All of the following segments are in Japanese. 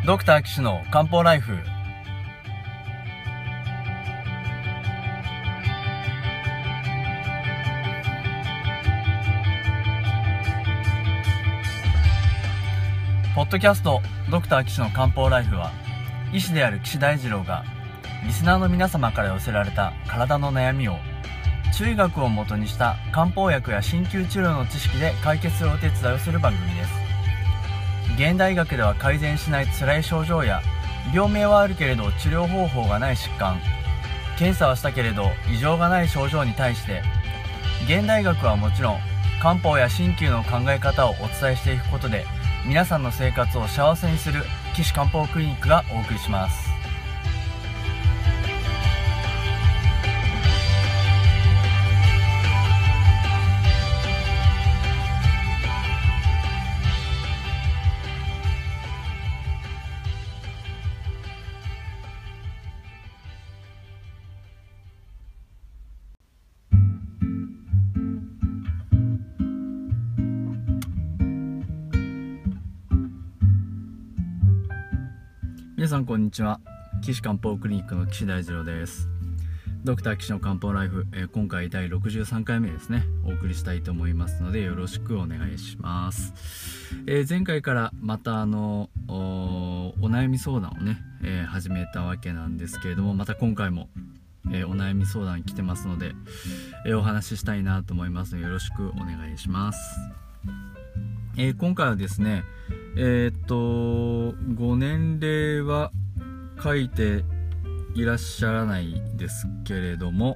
ドクター岸の漢方ライフ。ポッドキャストドクター岸の漢方ライフは、医師である岸大二郎がリスナーの皆様から寄せられた体の悩みを中医学をもとにした漢方薬や鍼灸治療の知識で解決するお手伝いをする番組です。現代医学では改善しない辛い症状や、病名はあるけれど治療方法がない疾患、検査はしたけれど異常がない症状に対して、現代医学はもちろん漢方や鍼灸の考え方をお伝えしていくことで、皆さんの生活を幸せにする岸漢方クリニックがお送りします。皆さんこんにちは。岸漢方クリニックの岸大二郎です。ドクター岸の漢方ライフ、今回第63回目ですね、お送りしたいと思いますのでよろしくお願いします。前回からまたお悩み相談をね、始めたわけなんですけれども、また今回も、お悩み相談来てますので、お話ししたいなと思いますのでよろしくお願いします。今回はですね、ご年齢は書いていらっしゃらないですけれども、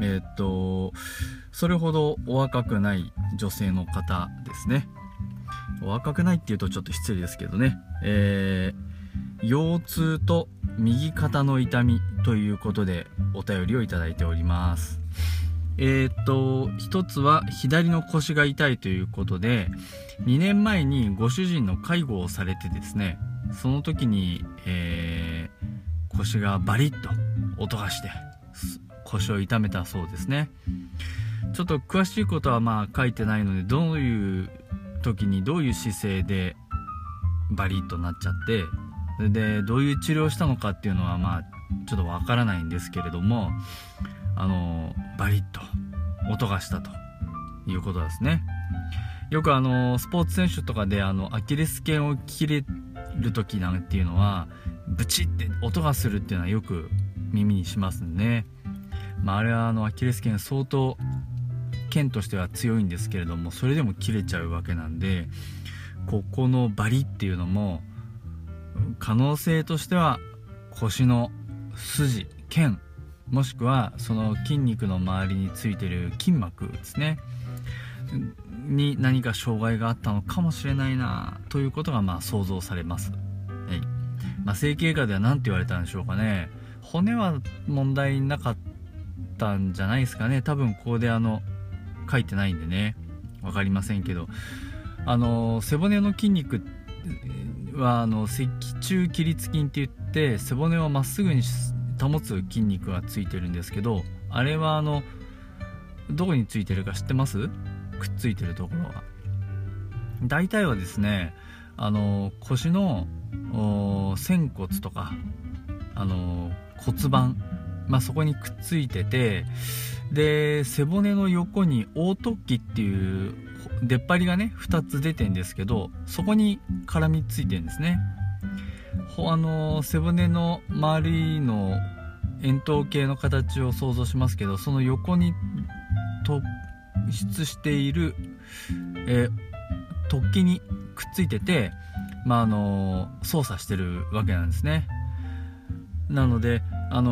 それほどお若くない女性の方ですね。お若くないっていうとちょっと失礼ですけどね、腰痛と右肩の痛みということでお便りをいただいております。一つは左の腰が痛いということで、2年前にご主人の介護をされてですね、その時に、腰がバリッと音がして腰を痛めたそうですね。ちょっと詳しいことは書いてないので、どういう時にどういう姿勢でバリッとなっちゃって、それでどういう治療をしたのかっていうのはちょっとわからないんですけれども、バリッと音がしたということですね。よくスポーツ選手とかでアキレス腱を切れる時なんていうのはブチって音がするっていうのはよく耳にしますんでね。あれはアキレス腱相当腱としては強いんですけれども、それでも切れちゃうわけなんで、ここのバリっていうのも可能性としては腰の筋、腱、もしくはその筋肉の周りについている筋膜ですねに何か障害があったのかもしれないなということが想像されます。はい。整形外科では何て言われたんでしょうかね。骨は問題なかったんじゃないですかね。多分ここで書いてないんでね、わかりませんけど、背骨の筋肉は脊柱起立筋って言って、背骨をまっすぐに保つ筋肉がついてるんですけど、あれはどこについてるか知ってます？くっついてるところは大体はですね、腰の仙骨とか骨盤、そこにくっついてて、で背骨の横に横突起っていう出っ張りがね2つ出てんですけど、そこに絡みついてるんですね。背骨の周りの円筒形の形を想像しますけど、その横に突出している、突起にくっついてて、操作してるわけなんですね。なので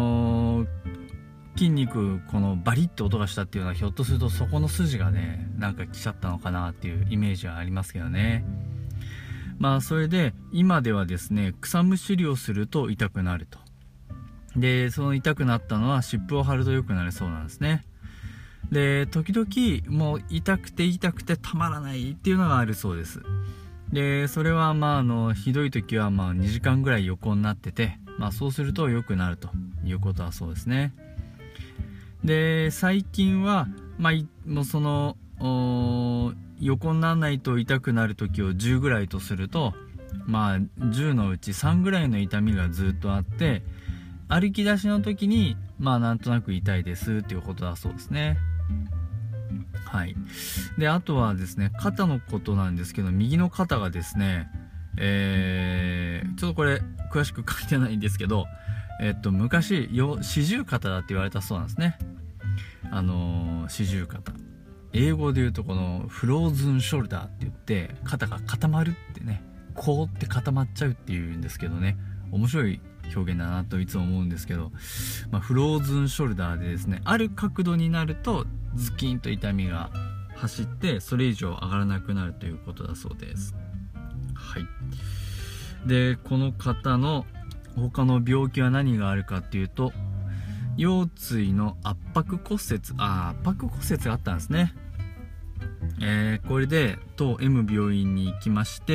筋肉このバリッと音がしたっていうのは、ひょっとするとそこの筋がねなんか来ちゃったのかなっていうイメージはありますけどね。それで今ではですね、草むしりをすると痛くなると。でその痛くなったのは湿布を貼ると良くなるそうなんですね。で時々もう痛くてたまらないっていうのがあるそうです。でそれはひどい時は2時間ぐらい横になってて、そうすると良くなるということはそうですね。で最近はもうその横にならないと痛くなる時を10ぐらいとすると、 まあ10のうち3ぐらいの痛みがずっとあって、歩き出しの時にまあなんとなく痛いですっていうことだそうですね。はい。であとはですね、肩のことなんですけど、右の肩がですね、ちょっとこれ詳しく書いてないんですけど、昔四十肩だって言われたそうなんですね。四十肩、英語で言うとこのフローズンショルダーって言って、肩が固まるってね、凍って固まっちゃうっていうんですけどね、面白い表現だなといつも思うんですけど、フローズンショルダーでですね、ある角度になるとズキンと痛みが走って、それ以上上がらなくなるということだそうです。はい。でこの方の他の病気は何があるかっていうと、腰椎の圧迫骨折、圧迫骨折があったんですね。これで当 M 病院に行きまして、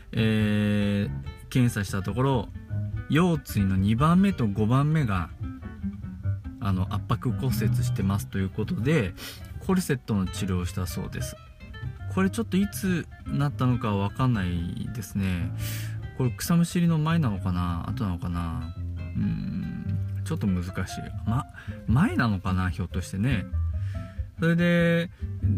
検査したところ、腰椎の2番目と5番目が圧迫骨折してますということで、コルセットの治療をしたそうです。これちょっといつなったのかは分かんないですね。これ草むしりの前なのかな、後なのかな、ちょっと難しい、前なのかな、ひょっとしてね。それで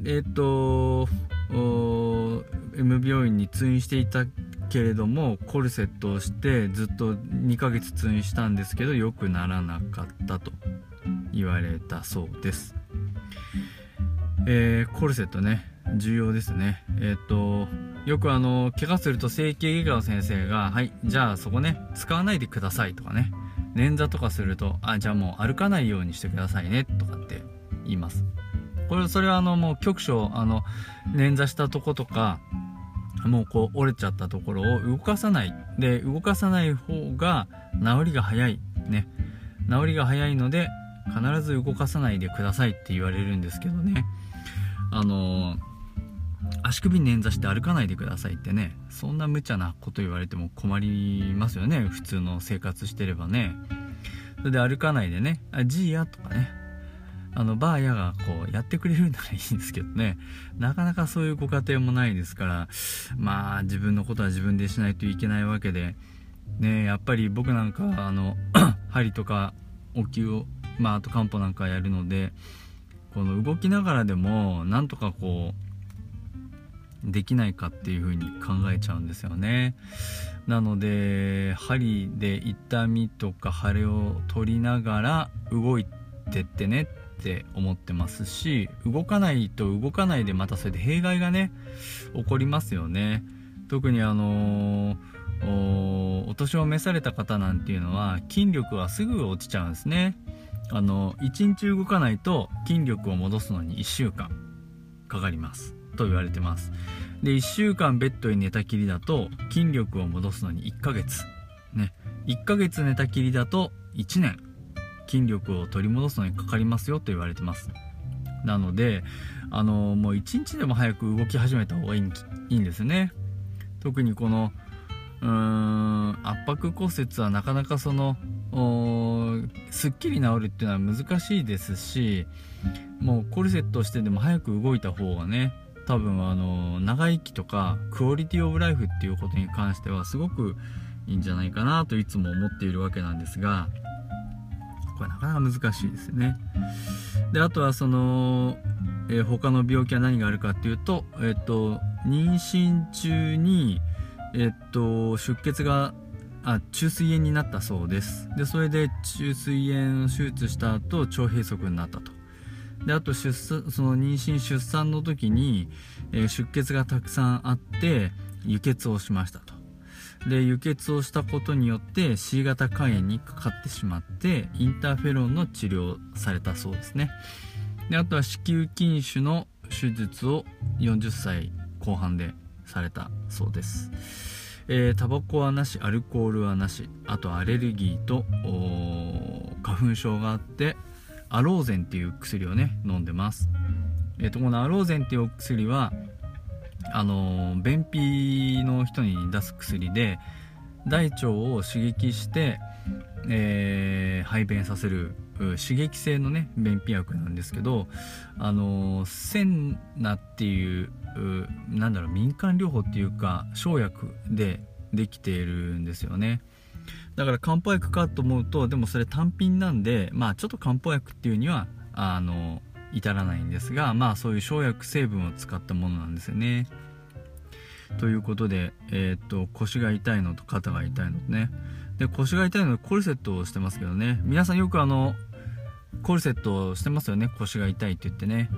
M 病院に通院していたけれども、コルセットをしてずっと2ヶ月通院したんですけど、良くならなかったと言われたそうです。コルセットね、重要ですね。よく怪我すると整形外科の先生が、はい、じゃあそこね使わないでくださいとかね、捻挫とかすると、じゃあもう歩かないようにしてくださいねとかって言います。それはもう局所、捻挫したとことか、もうこう折れちゃったところを動かさないで、動かさない方が治りが早いね。治りが早いので必ず動かさないでくださいって言われるんですけどね、足首捻挫して歩かないでくださいってね、そんな無茶なこと言われても困りますよね、普通の生活してればね。それで歩かないでね、ジーヤとかね、バーヤがこうやってくれるならいいんですけどね、なかなかそういうご家庭もないですから、自分のことは自分でしないといけないわけでね。やっぱり僕なんか針とかお灸を、あと漢方なんかやるので、この動きながらでもなんとかこうできないかっていう風に考えちゃうんですよね。なので針で痛みとか腫れを取りながら動いてってねって思ってますし、動かないと動かないでまたそれで弊害がね起こりますよね。特にお年を召された方なんていうのは筋力はすぐ落ちちゃうんですね。1日動かないと筋力を戻すのに1週間かかりますと言われてます。で1週間ベッドに寝たきりだと筋力を戻すのに1ヶ月ね、1ヶ月寝たきりだと1年筋力を取り戻すのにかかりますよと言われてます。なのでもう1日でも早く動き始めた方がいいんですね。特にこの圧迫骨折はなかなかすっきり治るっていうのは難しいですし、もうコルセットしてでも早く動いた方がね、多分長生きとかクオリティオブライフっていうことに関してはすごくいいんじゃないかなといつも思っているわけなんですが、これなかなか難しいですよね。であとは他の病気は何があるかっていうと、妊娠中に出血が虫垂炎になったそうです。でそれで虫垂炎を手術した後腸閉塞になったと。であとその妊娠出産の時に、出血がたくさんあって輸血をしましたと。で輸血をしたことによって C 型肝炎にかかってしまってインターフェロンの治療をされたそうですね。であとは子宮筋腫の手術を40歳後半でされたそうです。タバコはなし、アルコールはなし、あとアレルギーと花粉症があってアローゼンっていう薬をね飲んでます。このアローゼンっていうお薬は便秘の人に出す薬で、大腸を刺激して、排便させる刺激性のね便秘薬なんですけど、センナっていう民間療法っていうか生薬でできているんですよね。だから漢方薬かと思うと、でもそれ単品なんで、ちょっと漢方薬っていうには至らないんですが、そういう生薬成分を使ったものなんですよね。ということで、腰が痛いのと肩が痛いのとね。で、腰が痛いのでコルセットをしてますけどね。皆さんよくコルセットをしてますよね。腰が痛いって言ってね。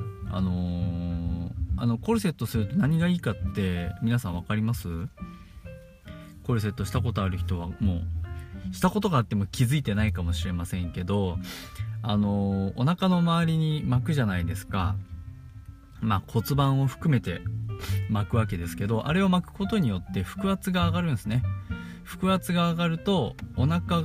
コルセットすると何がいいかって皆さん分かります？コルセットしたことある人はもうしたことがあっても気づいてないかもしれませんけど、お腹の周りに巻くじゃないですか。骨盤を含めて巻くわけですけど、あれを巻くことによって腹圧が上がるんですね。腹圧が上がるとお腹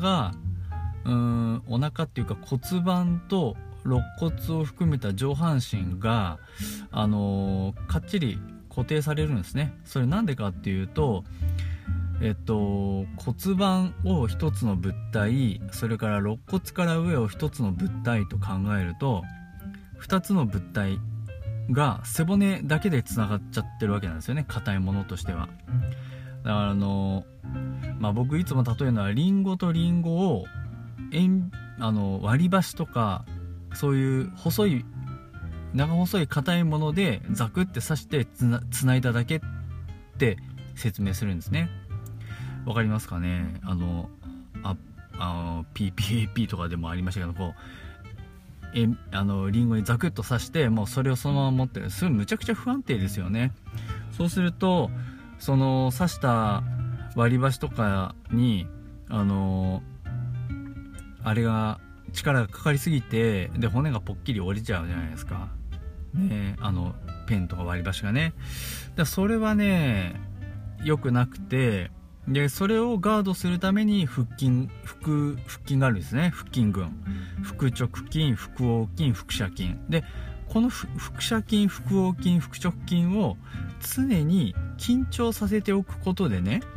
っていうか骨盤と肋骨を含めた上半身がかっちり固定されるんですね。それなんでかっていうと、骨盤を一つの物体、それから肋骨から上を一つの物体と考えると、二つの物体が背骨だけでつながっちゃってるわけなんですよね、硬いものとしては。だから僕いつも例えるのは、リンゴとリンゴを割り箸とかそういう長細い硬いものでザクって刺してつないだだけって説明するんですね。わかりますかね。PPAP とかでもありましたけど、リンゴにザクッと刺して、もうそれをそのまま持ってる。それむちゃくちゃ不安定ですよね。そうするとその刺した割り箸とかにあれが力がかかりすぎて、で骨がぽっきり折れちゃうじゃないですかね。ペンとか割り箸がね。それはね良くなくて、でそれをガードするために腹筋があるんですね。腹筋群、腹直筋、腹横筋、腹斜筋で、この腹斜筋、腹横筋、腹直筋を常に緊張させておくことでね、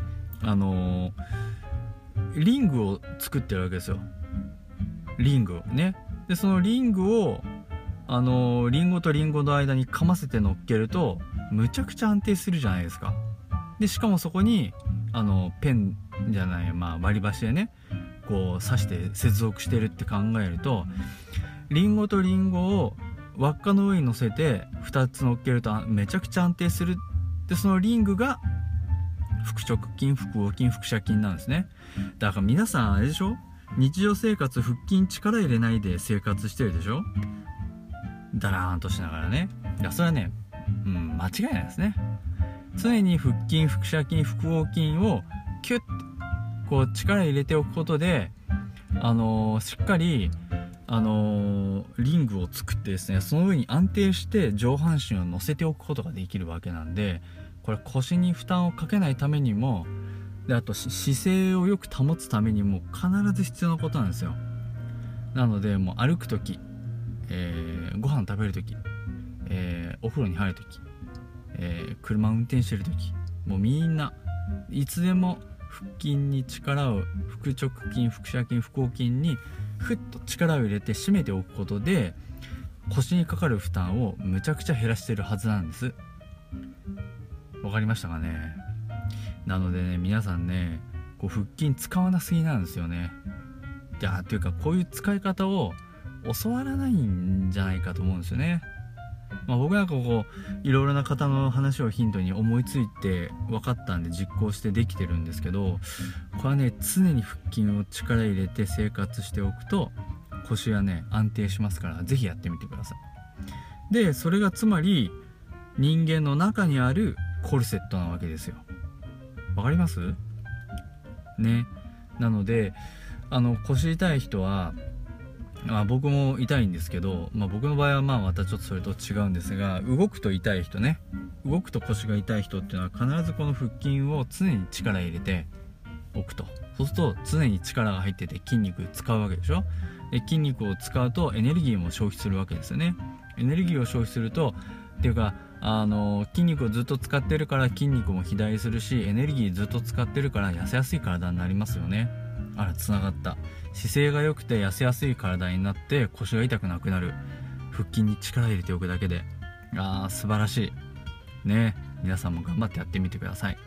リングを作ってるわけですよ。リングをね。でそのリングをリンゴとリンゴの間にかませて乗っけるとむちゃくちゃ安定するじゃないですか。でしかもそこにペンじゃない、割り箸でねこう刺して接続してるって考えると、リンゴとリンゴを輪っかの上に乗せて2つ乗っけるとめちゃくちゃ安定する。でそのリングが腹直筋、腹横筋、腹斜筋なんですね。だから皆さんあれでしょ、日常生活腹筋力入れないで生活してるでしょ、だらーんとしながらね。いやそれはね、間違いないですね。常に腹筋、腹斜筋、腹横筋をキュッこう力入れておくことでしっかりリングを作ってですね、その上に安定して上半身を乗せておくことができるわけなんで、これ腰に負担をかけないためにも、であと姿勢をよく保つためにも必ず必要なことなんですよ。なのでもう歩く時、ご飯食べる時、お風呂に入る時、車運転してる時、もうみんないつでも腹筋に力を、腹直筋、腹斜筋、腹横筋にふっと力を入れて締めておくことで腰にかかる負担をむちゃくちゃ減らしてるはずなんです。わかりましたかね。なのでね、皆さんね腹筋使わなすぎなんですよね。というかこういう使い方を教わらないんじゃないかと思うんですよね。僕なんかいろいろな方の話をヒントに思いついて分かったんで実行してできてるんですけど、これはね常に腹筋を力入れて生活しておくと腰はね安定しますから、ぜひやってみてください。でそれがつまり人間の中にあるコルセットなわけですよ。わかりますね。なので腰痛い人は僕も痛いんですけど、僕の場合はまたちょっとそれと違うんですが、動くと痛い人ね、動くと腰が痛い人っていうのは必ずこの腹筋を常に力入れておくと。そうすると常に力が入ってて筋肉使うわけでしょ。で筋肉を使うとエネルギーも消費するわけですよね。エネルギーを消費するとっていうか筋肉をずっと使ってるから筋肉も肥大するし、エネルギーずっと使ってるから痩せやすい体になりますよね。つながった。姿勢が良くて痩せやすい体になって腰が痛くなくなる。腹筋に力入れておくだけで素晴らしいね。皆さんも頑張ってやってみてください。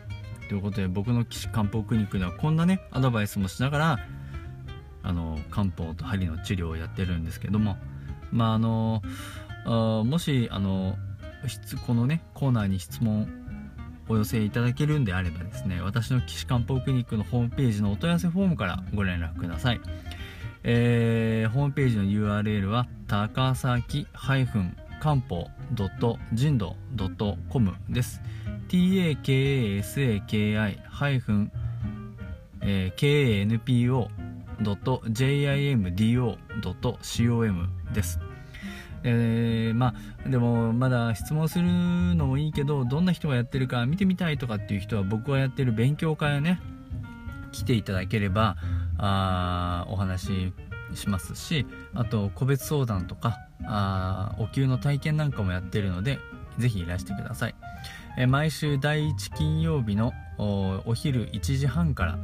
ということで、僕の岸漢方クリニックではこんなねアドバイスもしながら漢方と針の治療をやってるんですけども、もしこのねコーナーに質問お寄せいただけるんであればですね、私の岸漢方クリニックのホームページのお問い合わせフォームからご連絡ください。ホームページの URL は高崎漢方.jindo.com です。 takasaki-kanpo.jimdo.com です。でもまだ質問するのもいいけど、どんな人がやってるか見てみたいとかっていう人は、僕がやってる勉強会をね来ていただければお話ししますし、あと個別相談とかお灸の体験なんかもやってるので、ぜひいらしてください。毎週第1金曜日のお昼1時半から、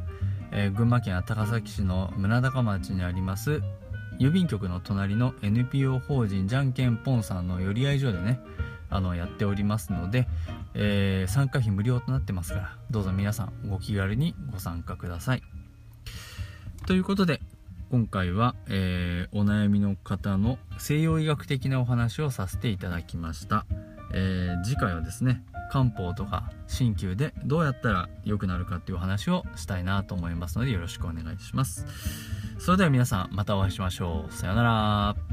群馬県高崎市の村高町にあります郵便局の隣の NPO 法人じゃんけんぽんさんの寄り合い所でねやっておりますので、参加費無料となってますから、どうぞ皆さんご気軽にご参加ください。ということで今回は、お悩みの方の西洋医学的なお話をさせていただきました。次回はですね、漢方とか鍼灸でどうやったら良くなるかっていうお話をしたいなと思いますので、よろしくお願いします。それでは皆さんまたお会いしましょう。さようなら。